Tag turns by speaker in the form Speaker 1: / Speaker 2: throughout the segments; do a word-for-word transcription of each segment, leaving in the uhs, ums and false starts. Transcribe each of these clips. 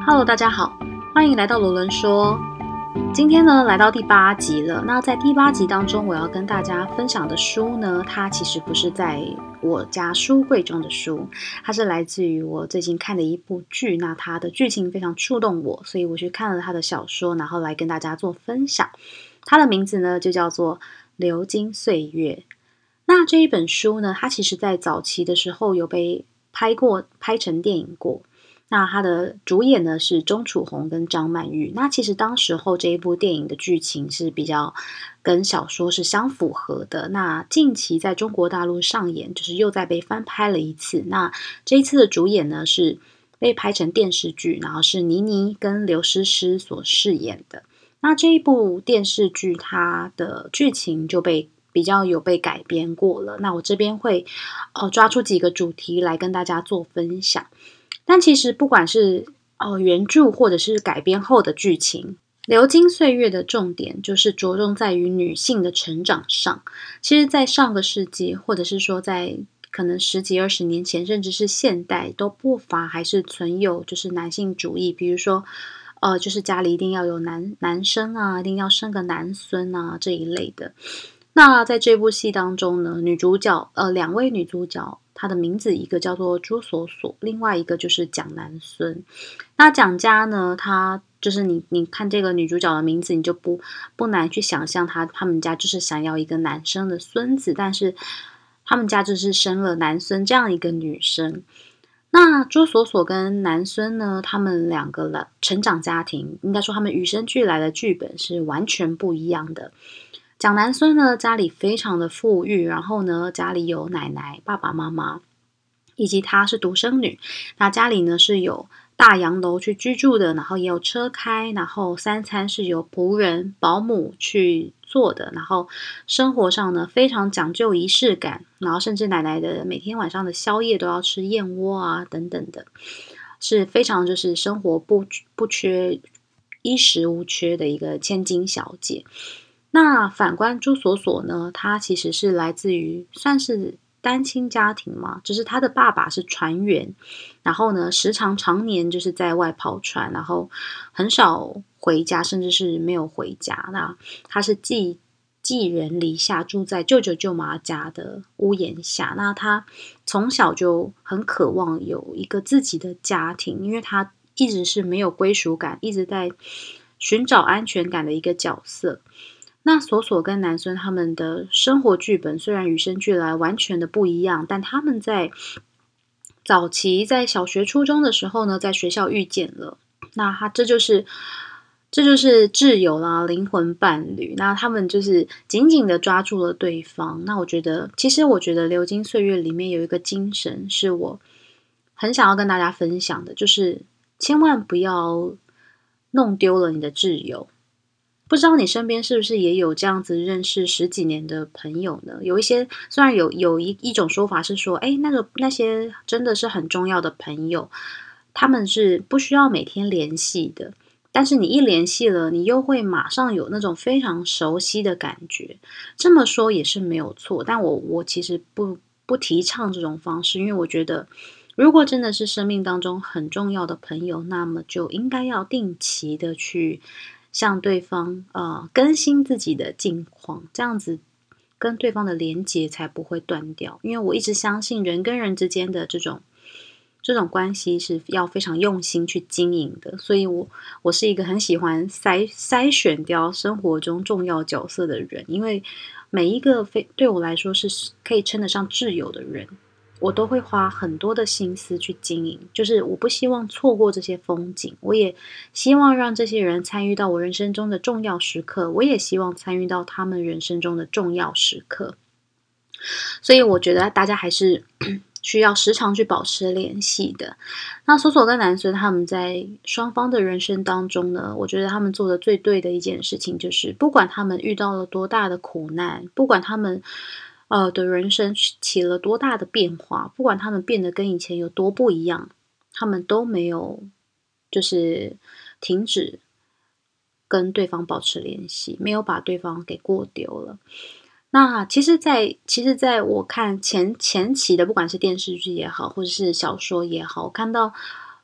Speaker 1: Hello， 大家好，欢迎来到罗伦说。今天呢，来到第八集了。那在第八集当中，我要跟大家分享的书呢，它其实不是在我家书柜中的书，它是来自于我最近看的一部剧。那它的剧情非常触动我，所以我去看了它的小说，然后来跟大家做分享。它的名字呢，就叫做《流金岁月》。那这一本书呢，它其实在早期的时候有被拍过，拍成电影过。那它的主演呢是钟楚红跟张曼玉。那其实当时候这一部电影的剧情是比较跟小说是相符合的。那近期在中国大陆上演，就是又再被翻拍了一次。那这一次的主演呢是被拍成电视剧，然后是倪妮跟刘诗诗所饰演的。那这一部电视剧它的剧情就被比较有被改编过了。那我这边会呃抓出几个主题来跟大家做分享。但其实不管是呃原著或者是改编后的剧情，流金岁月的重点就是着重在于女性的成长上。其实在上个世纪，或者是说在可能十几二十年前，甚至是现代，都不乏还是存有就是男性主义，比如说呃就是家里一定要有男男生啊，一定要生个男孙啊这一类的。那在这部戏当中呢，女主角呃两位女主角，她的名字一个叫做朱锁锁，另外一个就是蒋南孙。那蒋家呢，她就是你你看这个女主角的名字，你就不不难去想象她他们家就是想要一个男生的孙子，但是他们家就是生了男孙这样一个女生。那朱锁锁跟南孙呢，他们两个的成长家庭，应该说他们与生俱来的剧本是完全不一样的。蒋南孙呢，家里非常的富裕，然后呢，家里有奶奶、爸爸妈妈，以及她是独生女。那家里呢是有大洋楼去居住的，然后也有车开，然后三餐是由仆人、保姆去做的，然后生活上呢非常讲究仪式感，然后甚至奶奶的每天晚上的宵夜都要吃燕窝啊等等的，是非常就是生活不不缺衣食无缺的一个千金小姐。那反观朱锁锁呢，她其实是来自于算是单亲家庭嘛，就是她的爸爸是船员，然后呢时常常年就是在外跑船，然后很少回家，甚至是没有回家。那她是寄寄人篱下，住在舅舅舅妈家的屋檐下。那她从小就很渴望有一个自己的家庭，因为她一直是没有归属感，一直在寻找安全感的一个角色。那锁锁跟南孙他们的生活剧本虽然与生俱来完全的不一样，但他们在早期在小学初中的时候呢，在学校遇见了。那他这就是这就是挚友啦，灵魂伴侣。那他们就是紧紧的抓住了对方。那我觉得其实我觉得流金岁月里面有一个精神是我很想要跟大家分享的，就是千万不要弄丢了你的挚友。不知道你身边是不是也有这样子认识十几年的朋友呢？有一些虽然有有一一种说法是说，哎，那个那些真的是很重要的朋友，他们是不需要每天联系的，但是你一联系了，你又会马上有那种非常熟悉的感觉。这么说也是没有错，但我我其实不不提倡这种方式，因为我觉得如果真的是生命当中很重要的朋友，那么就应该要定期的去向对方呃更新自己的近况，这样子跟对方的连结才不会断掉。因为我一直相信人跟人之间的这种这种关系是要非常用心去经营的，所以我我是一个很喜欢筛筛选掉生活中重要角色的人，因为每一个非对我来说是可以称得上挚友的人，我都会花很多的心思去经营，就是我不希望错过这些风景，我也希望让这些人参与到我人生中的重要时刻，我也希望参与到他们人生中的重要时刻。所以我觉得大家还是需要时常去保持联系的。那锁锁跟南孙他们在双方的人生当中呢，我觉得他们做的最对的一件事情就是，不管他们遇到了多大的苦难，不管他们呃的人生起了多大的变化，不管他们变得跟以前有多不一样，他们都没有就是停止跟对方保持联系，没有把对方给过丢了。那其实在其实在我看前前期的不管是电视剧也好，或者是小说也好，我看到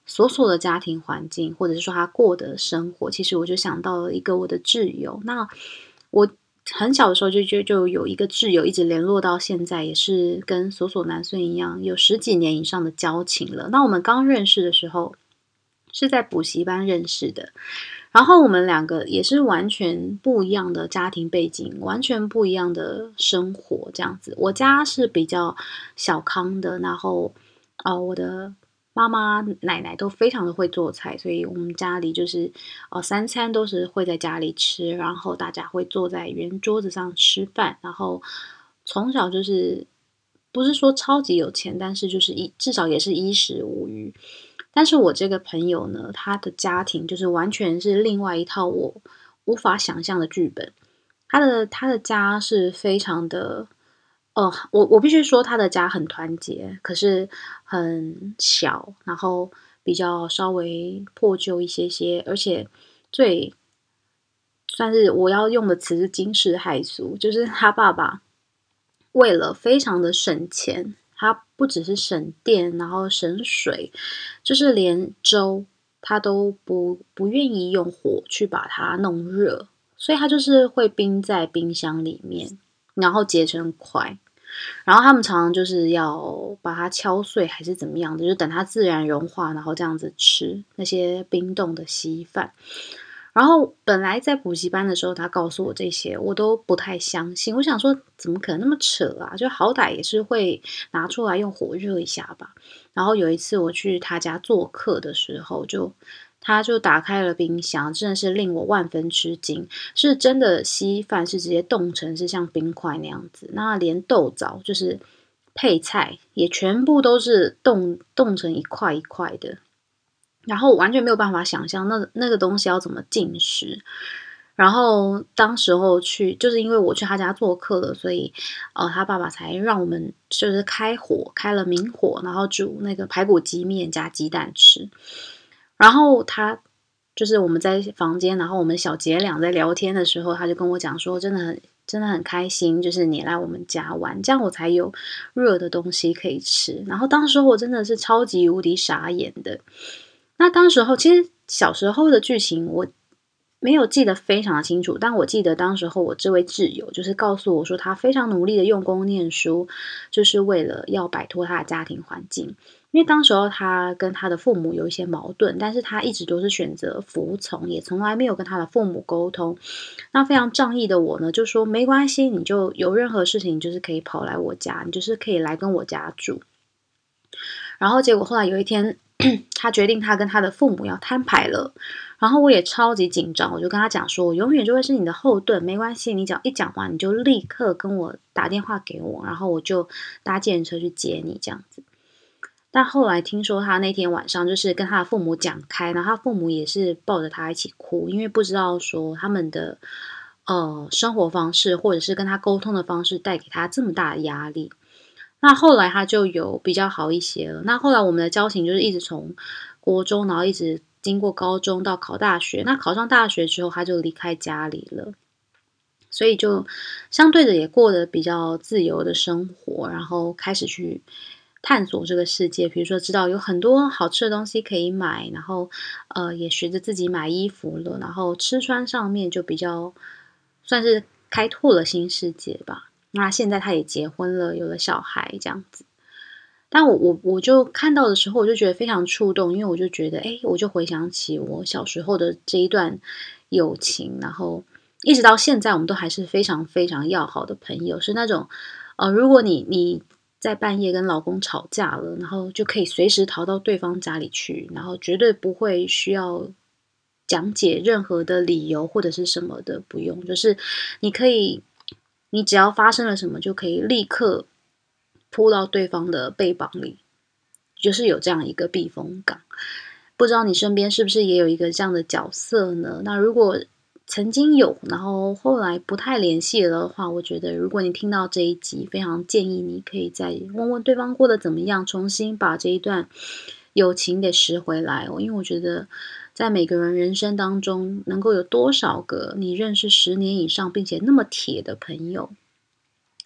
Speaker 1: 索索的家庭环境，或者是说他过的生活，其实我就想到了一个我的挚友。那我很小的时候就就就有一个挚友，一直联络到现在，也是跟索索南孙一样，有十几年以上的交情了。那我们刚认识的时候，是在补习班认识的。然后我们两个也是完全不一样的家庭背景，完全不一样的生活，这样子。我家是比较小康的，然后呃，我的妈妈奶奶都非常的会做菜，所以我们家里就是呃三餐都是会在家里吃，然后大家会坐在圆桌子上吃饭，然后从小就是不是说超级有钱，但是就是一至少也是衣食无虞。但是我这个朋友呢，他的家庭就是完全是另外一套我无法想象的剧本。他的他的家是非常的，呃，我我必须说他的家很团结，可是很小，然后比较稍微破旧一些些，而且最算是我要用的词是惊世骇俗，就是他爸爸为了非常的省钱，他不只是省电，然后省水，就是连粥他都不不愿意用火去把它弄热，所以他就是会冰在冰箱里面，然后结成块。然后他们常常就是要把它敲碎，还是怎么样的，就等它自然融化，然后这样子吃那些冰冻的稀饭。然后本来在补习班的时候，他告诉我这些，我都不太相信。我想说，怎么可能那么扯啊？就好歹也是会拿出来用火热一下吧。然后有一次我去他家做客的时候，就他就打开了冰箱，真的是令我万分吃惊。是真的稀饭是直接冻成是像冰块那样子，那连豆枣就是配菜也全部都是冻冻成一块一块的。然后完全没有办法想象那那个东西要怎么进食。然后当时候去，就是因为我去他家做客了，所以呃，他爸爸才让我们就是开火，开了明火，然后煮那个排骨鸡面加鸡蛋吃。然后他就是我们在房间，然后我们小姐俩在聊天的时候，他就跟我讲说，真的很真的很开心，就是你来我们家玩，这样我才有热的东西可以吃。然后当时我真的是超级无敌傻眼的。那当时候其实小时候的剧情我没有记得非常的清楚，但我记得当时候我这位挚友就是告诉我说，他非常努力的用功念书，就是为了要摆脱他的家庭环境。因为当时候他跟他的父母有一些矛盾，但是他一直都是选择服从，也从来没有跟他的父母沟通。那非常仗义的我呢，就说没关系，你就有任何事情，你就是可以跑来我家，你就是可以来跟我家住。然后结果后来有一天，他决定他跟他的父母要摊牌了，然后我也超级紧张，我就跟他讲说，我永远就会是你的后盾，没关系，你只要一讲完，你就立刻跟我打电话给我，然后我就搭计程车去接你这样子。但后来听说他那天晚上就是跟他的父母讲开，然后他父母也是抱着他一起哭，因为不知道说他们的呃生活方式或者是跟他沟通的方式带给他这么大的压力。那后来他就有比较好一些了。那后来我们的交情就是一直从国中，然后一直经过高中到考大学。那考上大学之后，他就离开家里了，所以就相对的也过得比较自由的生活，然后开始去探索这个世界。比如说，知道有很多好吃的东西可以买，然后呃，也学着自己买衣服了，然后吃穿上面就比较算是开拓了新世界吧。那现在他也结婚了，有了小孩这样子。但我我我就看到的时候，我就觉得非常触动，因为我就觉得，哎，我就回想起我小时候的这一段友情，然后一直到现在，我们都还是非常非常要好的朋友，是那种，呃，如果你你在半夜跟老公吵架了，然后就可以随时逃到对方家里去，然后绝对不会需要讲解任何的理由或者是什么的，不用，就是你可以。你只要发生了什么，就可以立刻扑到对方的背膀里，就是有这样一个避风港。不知道你身边是不是也有一个这样的角色呢？那如果曾经有，然后后来不太联系了的话，我觉得如果你听到这一集，非常建议你可以再问问对方过得怎么样，重新把这一段友情给拾回来哦。因为我觉得在每个人人生当中，能够有多少个你认识十年以上并且那么铁的朋友？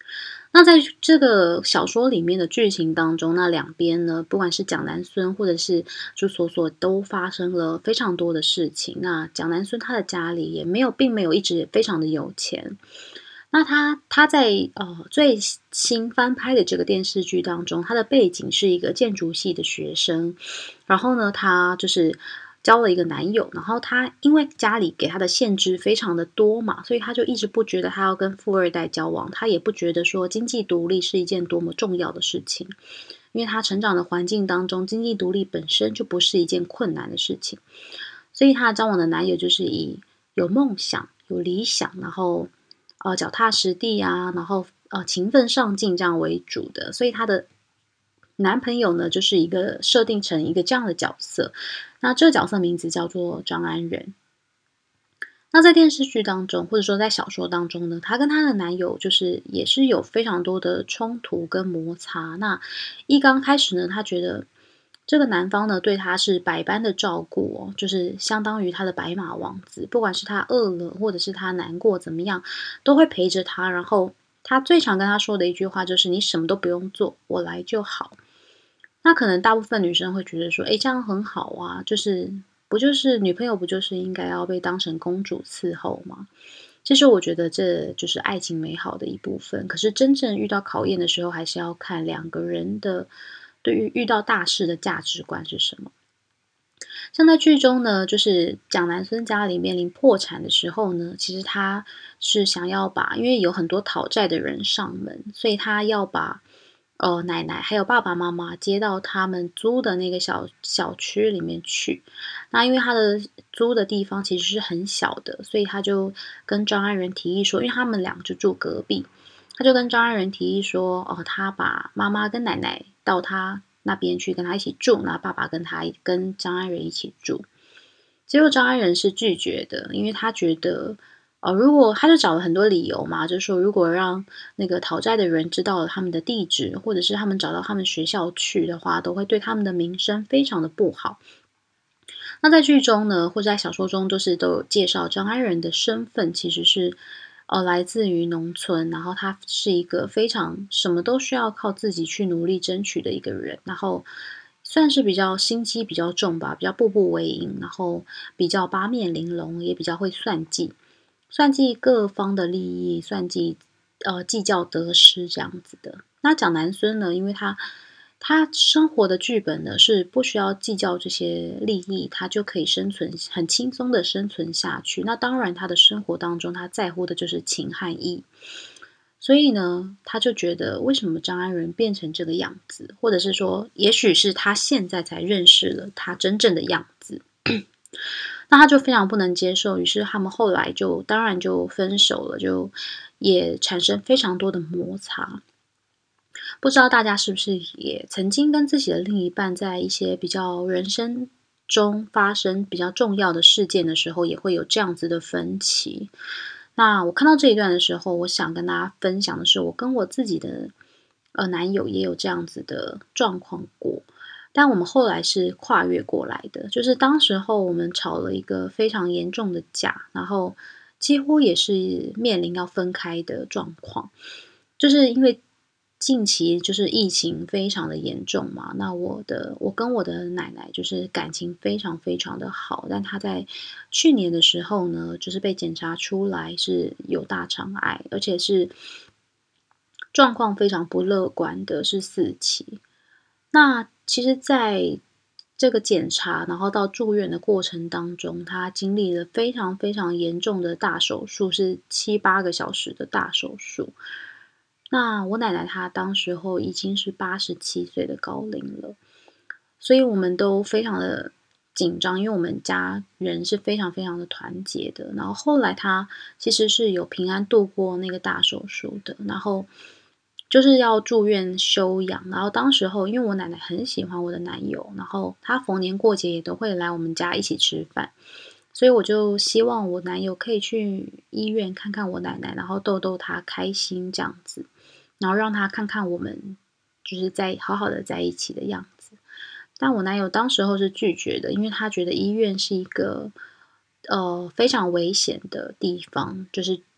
Speaker 1: 那在这个小说里面的剧情当中，那两边呢，不管是蒋南孙或者是朱锁锁，都发生了非常多的事情。那蒋南孙他的家里也没有，并没有一直非常的有钱。那他他在呃最新翻拍的这个电视剧当中，他的背景是一个建筑系的学生，然后呢，他就是交了一个男友，然后他因为家里给他的限制非常的多嘛，所以他就一直不觉得他要跟富二代交往，他也不觉得说经济独立是一件多么重要的事情，因为他成长的环境当中，经济独立本身就不是一件困难的事情，所以他交往的男友就是以有梦想、有理想，然后呃脚踏实地啊，然后呃勤奋上进这样为主的，所以他的男朋友呢，就是一个设定成一个这样的角色。那这个角色名字叫做张安仁。那在电视剧当中，或者说在小说当中呢，她跟她的男友就是也是有非常多的冲突跟摩擦。那一刚开始呢，她觉得这个男方呢对她是百般的照顾哦，就是相当于她的白马王子，不管是她饿了或者是她难过怎么样，都会陪着她。然后她最常跟她说的一句话就是：“你什么都不用做，我来就好。”那可能大部分女生会觉得说，诶，这样很好啊，就是不就是女朋友不就是应该要被当成公主伺候吗？其实我觉得这就是爱情美好的一部分，可是真正遇到考验的时候，还是要看两个人的对于遇到大事的价值观是什么。像在剧中呢，就是蒋南孙家里面临破产的时候呢，其实他是想要把，因为有很多讨债的人上门，所以他要把呃奶奶还有爸爸妈妈接到他们租的那个小小区里面去。那因为他的租的地方其实是很小的，所以他就跟张安仁提议说，因为他们俩就住隔壁，他就跟张安仁提议说，哦，他把妈妈跟奶奶到他那边去跟他一起住，那爸爸跟他跟张安仁一起住。结果张安仁是拒绝的，因为他觉得，呃，如果他就找了很多理由嘛，就是说如果让那个讨债的人知道了他们的地址，或者是他们找到他们学校去的话，都会对他们的名声非常的不好。那在剧中呢，或者在小说中，都是都有介绍张安仁的身份其实是，呃，来自于农村，然后他是一个非常什么都需要靠自己去努力争取的一个人，然后算是比较心机比较重吧，比较步步为营，然后比较八面玲珑，也比较会算计，算计各方的利益，算计呃计较得失这样子的。那蒋南孙呢，因为他他生活的剧本呢是不需要计较这些利益，他就可以生存，很轻松的生存下去。那当然，他的生活当中他在乎的就是情和义，所以呢，他就觉得为什么张安仁变成这个样子，或者是说，也许是他现在才认识了他真正的样子。那他就非常不能接受，于是他们后来就当然就分手了，就也产生非常多的摩擦。不知道大家是不是也曾经跟自己的另一半在一些比较人生中发生比较重要的事件的时候，也会有这样子的分歧。那我看到这一段的时候，我想跟大家分享的是，我跟我自己的呃男友也有这样子的状况过，但我们后来是跨越过来的。就是当时候我们吵了一个非常严重的架，然后几乎也是面临要分开的状况，就是因为近期就是疫情非常的严重嘛，那我的我跟我的奶奶就是感情非常非常的好，但她在去年的时候呢，就是被检查出来是有大肠癌，而且是状况非常不乐观的，是四期。那其实在这个检查，然后到住院的过程当中，她经历了非常非常严重的大手术，是七八个小时的大手术。那我奶奶她当时候已经是八十七岁的高龄了，所以我们都非常的紧张，因为我们家人是非常非常的团结的。然后后来她其实是有平安度过那个大手术的，然后就是要住院休养。然后当时候因为我奶奶很喜欢我的男友，然后他逢年过节也都会来我们家一起吃饭，所以我就希望我男友可以去医院看看我奶奶，然后逗逗她开心这样子。然后让他看看我们就是在好好的在一起的样子。但我男友当时候是拒绝的，因为他觉得医院是一个呃非常危险的地方，就是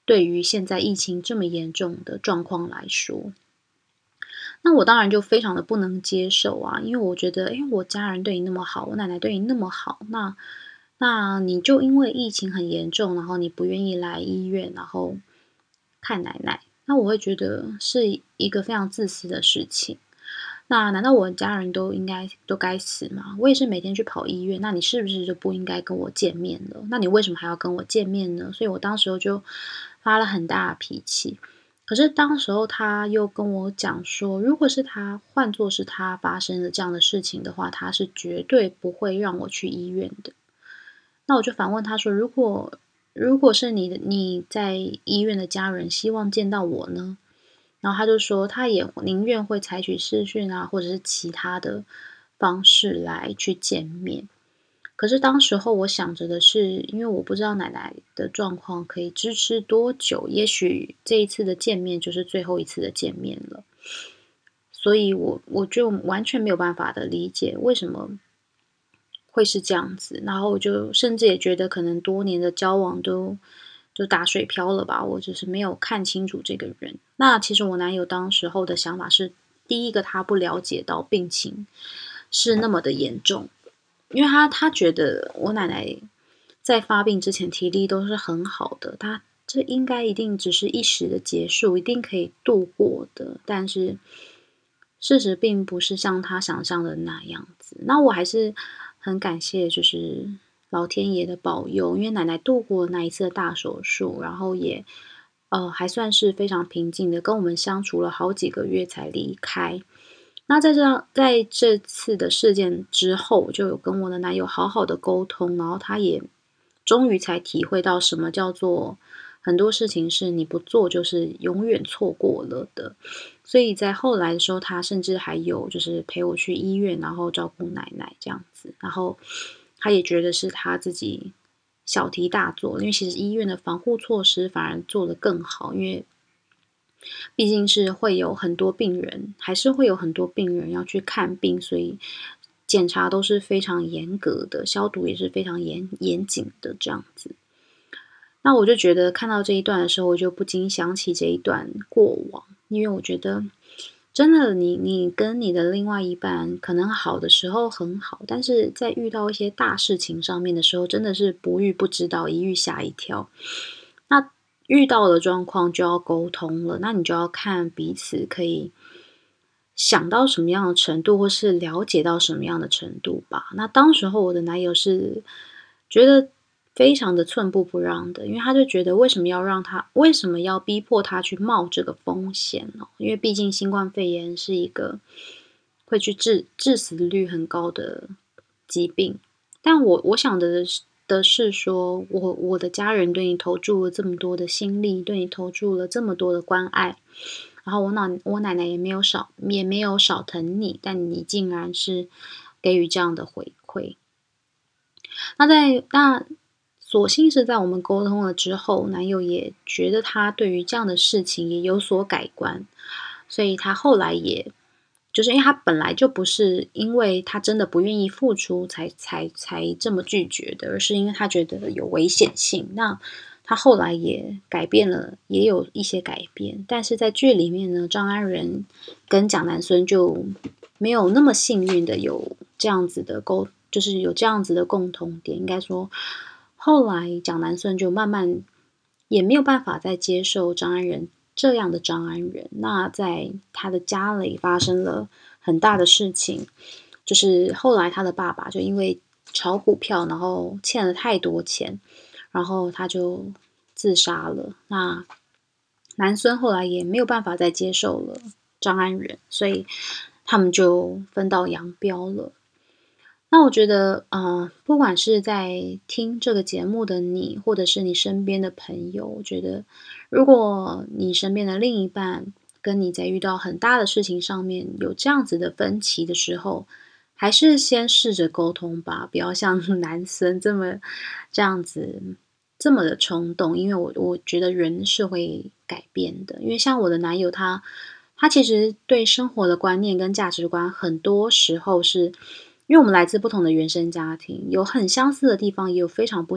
Speaker 1: 对于现在疫情这么严重的状况来说。那我当然就非常的不能接受啊，因为我觉得，诶，我家人对你那么好，我奶奶对你那么好，那那你就因为疫情很严重，然后你不愿意来医院，然后看奶奶，那我会觉得是一个非常自私的事情。那难道我家人都应该都该死吗？我也是每天去跑医院，那你是不是就不应该跟我见面了？那你为什么还要跟我见面呢？所以我当时候就发了很大的脾气。可是当时候他又跟我讲说，如果是他换作是他发生了这样的事情的话，他是绝对不会让我去医院的。那我就反问他说，如果如果是你的你在医院的家人希望见到我呢？然后他就说，他也宁愿会采取视讯啊，或者是其他的方式来去见面。可是当时候我想着的是，因为我不知道奶奶的状况可以支持多久，也许这一次的见面就是最后一次的见面了。所以我我就完全没有办法的理解为什么会是这样子，然后我就甚至也觉得可能多年的交往都就打水漂了吧，我只是没有看清楚这个人。那其实我男友当时候的想法是，第一个他不了解到病情是那么的严重，因为他他觉得我奶奶在发病之前体力都是很好的，他这应该一定只是一时的结束，一定可以度过的。但是事实并不是像他想象的那样子。那我还是很感谢，就是老天爷的保佑，因为奶奶度过那一次的大手术，然后也呃还算是非常平静的跟我们相处了好几个月才离开。那在这在这次的事件之后，我就有跟我的男友好好的沟通，然后他也终于才体会到什么叫做很多事情是你不做就是永远错过了的。所以在后来的时候，他甚至还有就是陪我去医院，然后照顾奶奶这样子。然后他也觉得是他自己小题大做，因为其实医院的防护措施反而做得更好，因为毕竟是会有很多病人，还是会有很多病人要去看病，所以检查都是非常严格的，消毒也是非常严严谨的这样子。那我就觉得看到这一段的时候，我就不禁想起这一段过往，因为我觉得真的你你跟你的另外一半可能好的时候很好，但是在遇到一些大事情上面的时候，真的是不遇不知道，一遇吓一跳。那遇到的状况就要沟通了，那你就要看彼此可以想到什么样的程度，或是了解到什么样的程度吧。那当时候我的男友是觉得非常的寸步不让的，因为他就觉得为什么要让他，为什么要逼迫他去冒这个风险呢？因为毕竟新冠肺炎是一个会去致致死率很高的疾病。但我我想的是的是说，我我的家人对你投注了这么多的心力，对你投注了这么多的关爱，然后我奶我奶奶也没有少也没有少疼你，但你竟然是给予这样的回馈。那在那所幸是在我们沟通了之后，男友也觉得他对于这样的事情也有所改观，所以他后来也就是因为他本来就不是因为他真的不愿意付出才才才这么拒绝的，而是因为他觉得有危险性。那他后来也改变了，也有一些改变。但是在剧里面呢，张安仁跟蒋南孙就没有那么幸运的有这样子的沟，就是有这样子的共同点。应该说，后来蒋南孙就慢慢也没有办法再接受张安仁这样的张安仁。那在他的家里发生了很大的事情，就是后来他的爸爸就因为炒股票，然后欠了太多钱，然后他就自杀了。那南孙后来也没有办法再接受了张安仁，所以他们就分道扬镳了。那我觉得，呃，不管是在听这个节目的你，或者是你身边的朋友，我觉得，如果你身边的另一半跟你在遇到很大的事情上面有这样子的分歧的时候，还是先试着沟通吧，不要像男生这么这样子这么的冲动，因为我我觉得人是会改变的。因为像我的男友他，他其实对生活的观念跟价值观，很多时候是因为我们来自不同的原生家庭，有很相似的地方，也有非常不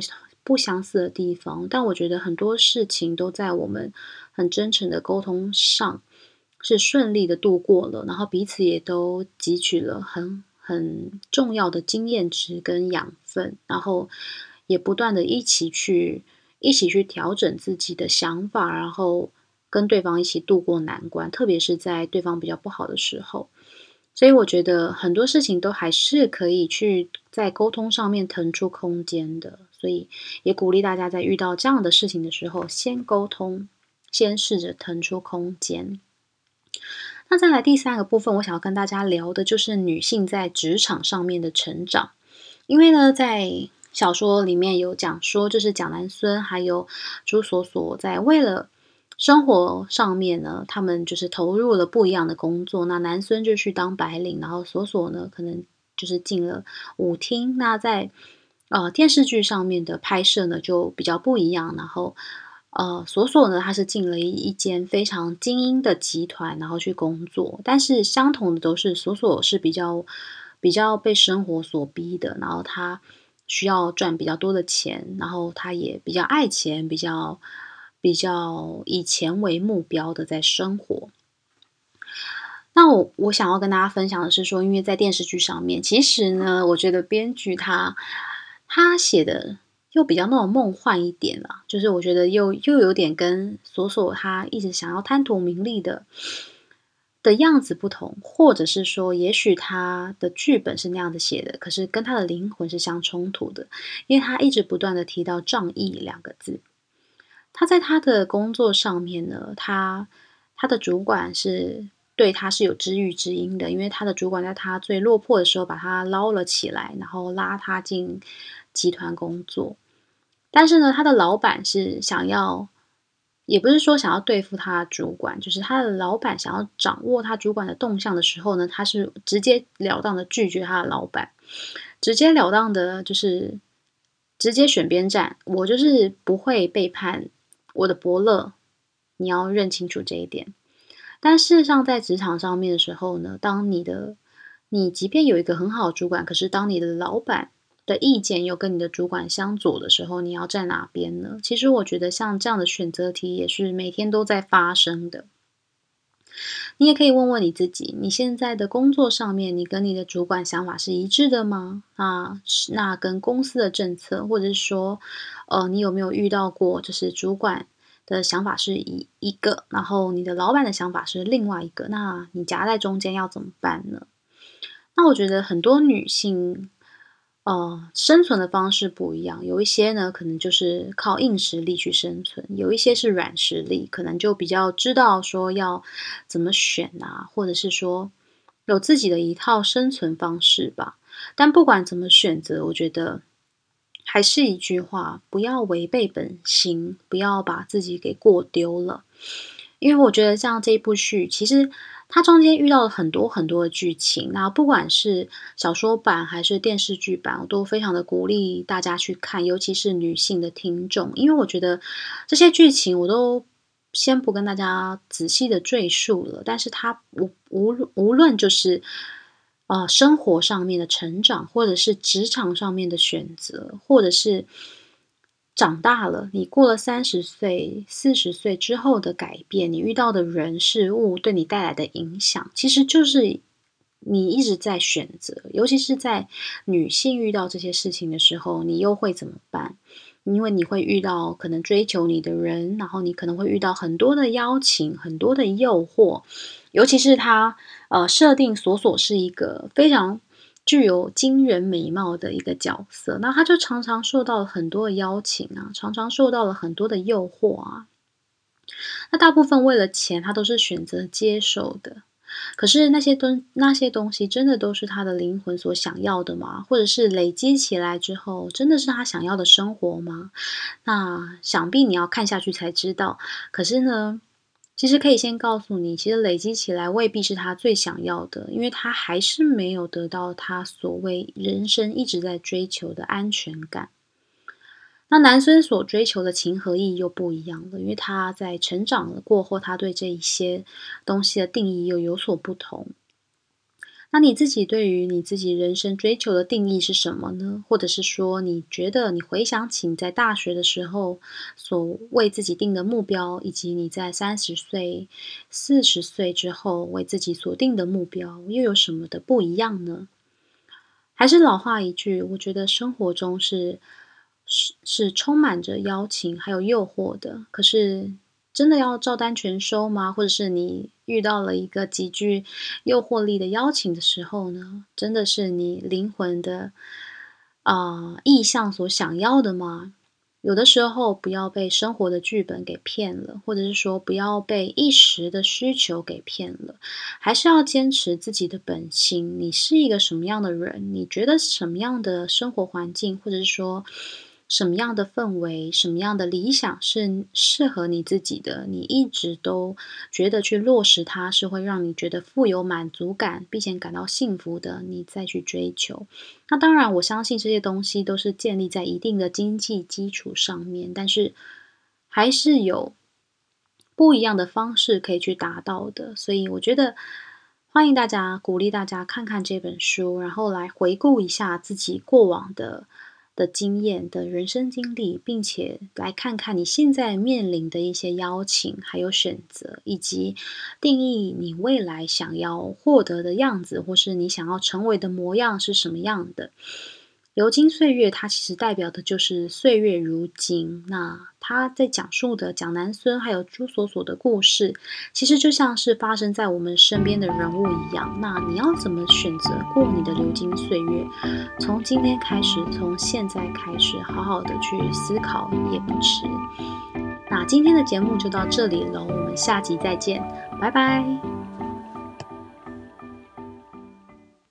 Speaker 1: 不相似的地方，但我觉得很多事情都在我们很真诚的沟通上是顺利的度过了，然后彼此也都汲取了很很重要的经验值跟养分，然后也不断的一起去一起去调整自己的想法，然后跟对方一起度过难关，特别是在对方比较不好的时候。所以我觉得很多事情都还是可以去在沟通上面腾出空间的，所以也鼓励大家在遇到这样的事情的时候，先沟通，先试着腾出空间。那再来第三个部分，我想要跟大家聊的就是女性在职场上面的成长。因为呢，在小说里面有讲说，就是蒋南孙还有朱锁锁在为了生活上面呢，他们就是投入了不一样的工作。那南孙就去当白领，然后锁锁呢，可能就是进了舞厅。那在呃电视剧上面的拍摄呢，就比较不一样。然后呃，锁锁呢，他是进了一一间非常精英的集团，然后去工作。但是相同的都是，锁锁是比较比较被生活所逼的，然后他需要赚比较多的钱，然后他也比较爱钱，比较比较以钱为目标的在生活。那我我想要跟大家分享的是说，因为在电视剧上面，其实呢，我觉得编剧他他写的又比较那种梦幻一点啦，就是我觉得又又有点跟锁锁他一直想要贪图名利的的样子不同，或者是说，也许他的剧本是那样的写的，可是跟他的灵魂是相冲突的，因为他一直不断的提到仗义两个字。他在他的工作上面呢，他他的主管是对他是有知遇之恩的，因为他的主管在他最落魄的时候把他捞了起来，然后拉他进集团工作。但是呢，他的老板是想要，也不是说想要对付他的主管，就是他的老板想要掌握他主管的动向的时候呢，他是直截了当的拒绝他的老板，直截了当的就是直接选边站，我就是不会背叛我的伯乐，你要认清楚这一点。但事实上，在职场上面的时候呢，当你的你即便有一个很好的主管，可是当你的老板的意见又跟你的主管相左的时候，你要站哪边呢？其实我觉得像这样的选择题也是每天都在发生的。你也可以问问你自己，你现在的工作上面，你跟你的主管想法是一致的吗？啊，那跟公司的政策，或者是说，呃，你有没有遇到过，就是主管的想法是一一个，然后你的老板的想法是另外一个，那你夹在中间要怎么办呢？那我觉得很多女性，呃，生存的方式不一样，有一些呢，可能就是靠硬实力去生存，有一些是软实力，可能就比较知道说要怎么选啊，或者是说有自己的一套生存方式吧。但不管怎么选择，我觉得还是一句话，不要违背本心，不要把自己给过丢了。因为我觉得像这一部剧，其实它中间遇到了很多很多的剧情，那不管是小说版还是电视剧版，我都非常的鼓励大家去看，尤其是女性的听众，因为我觉得这些剧情我都先不跟大家仔细的赘述了，但是它无无无论就是呃生活上面的成长，或者是职场上面的选择，或者是长大了，你过了三十岁、四十岁之后的改变，你遇到的人事物对你带来的影响，其实就是你一直在选择。尤其是在女性遇到这些事情的时候，你又会怎么办？因为你会遇到可能追求你的人，然后你可能会遇到很多的邀请、很多的诱惑，尤其是他呃设定锁锁是一个非常具有惊人美貌的一个角色，那他就常常受到了很多的邀请啊，常常受到了很多的诱惑啊。那大部分为了钱，他都是选择接受的。可是那些东那些东西真的都是他的灵魂所想要的吗？或者是累积起来之后，真的是他想要的生活吗？那想必你要看下去才知道。可是呢，其实可以先告诉你，其实累积起来未必是他最想要的，因为他还是没有得到他所谓人生一直在追求的安全感。那男生所追求的情和义又不一样了，因为他在成长了过后，他对这一些东西的定义又有所不同。 那你自己对于你自己人生追求的定义是什么呢？或者是说，你觉得你回想起你在大学的时候所为自己定的目标，以及你在三十岁、四十岁之后为自己所定的目标，又有什么的不一样呢？还是老话一句，我觉得生活中是是是充满着邀请还有诱惑的，可是真的要照单全收吗？或者是你遇到了一个极具诱惑力的邀请的时候呢，真的是你灵魂的啊、意向所想要的吗？有的时候不要被生活的剧本给骗了，或者是说不要被一时的需求给骗了，还是要坚持自己的本心。你是一个什么样的人？你觉得什么样的生活环境，或者是说什么样的氛围、什么样的理想是适合你自己的？你一直都觉得去落实它是会让你觉得富有满足感，并且感到幸福的，你再去追求。那当然，我相信这些东西都是建立在一定的经济基础上面，但是还是有不一样的方式可以去达到的。所以我觉得欢迎大家，鼓励大家看看这本书，然后来回顾一下自己过往的的经验的人生经历，并且来看看你现在面临的一些邀请，还有选择，以及定义你未来想要获得的样子，或是你想要成为的模样是什么样的。流金岁月，它其实代表的就是岁月如金。那它在讲述的蒋南孙还有朱锁锁的故事，其实就像是发生在我们身边的人物一样。那你要怎么选择过你的流金岁月？从今天开始，从现在开始，好好的去思考也不迟。那今天的节目就到这里了，我们下集再见，拜拜。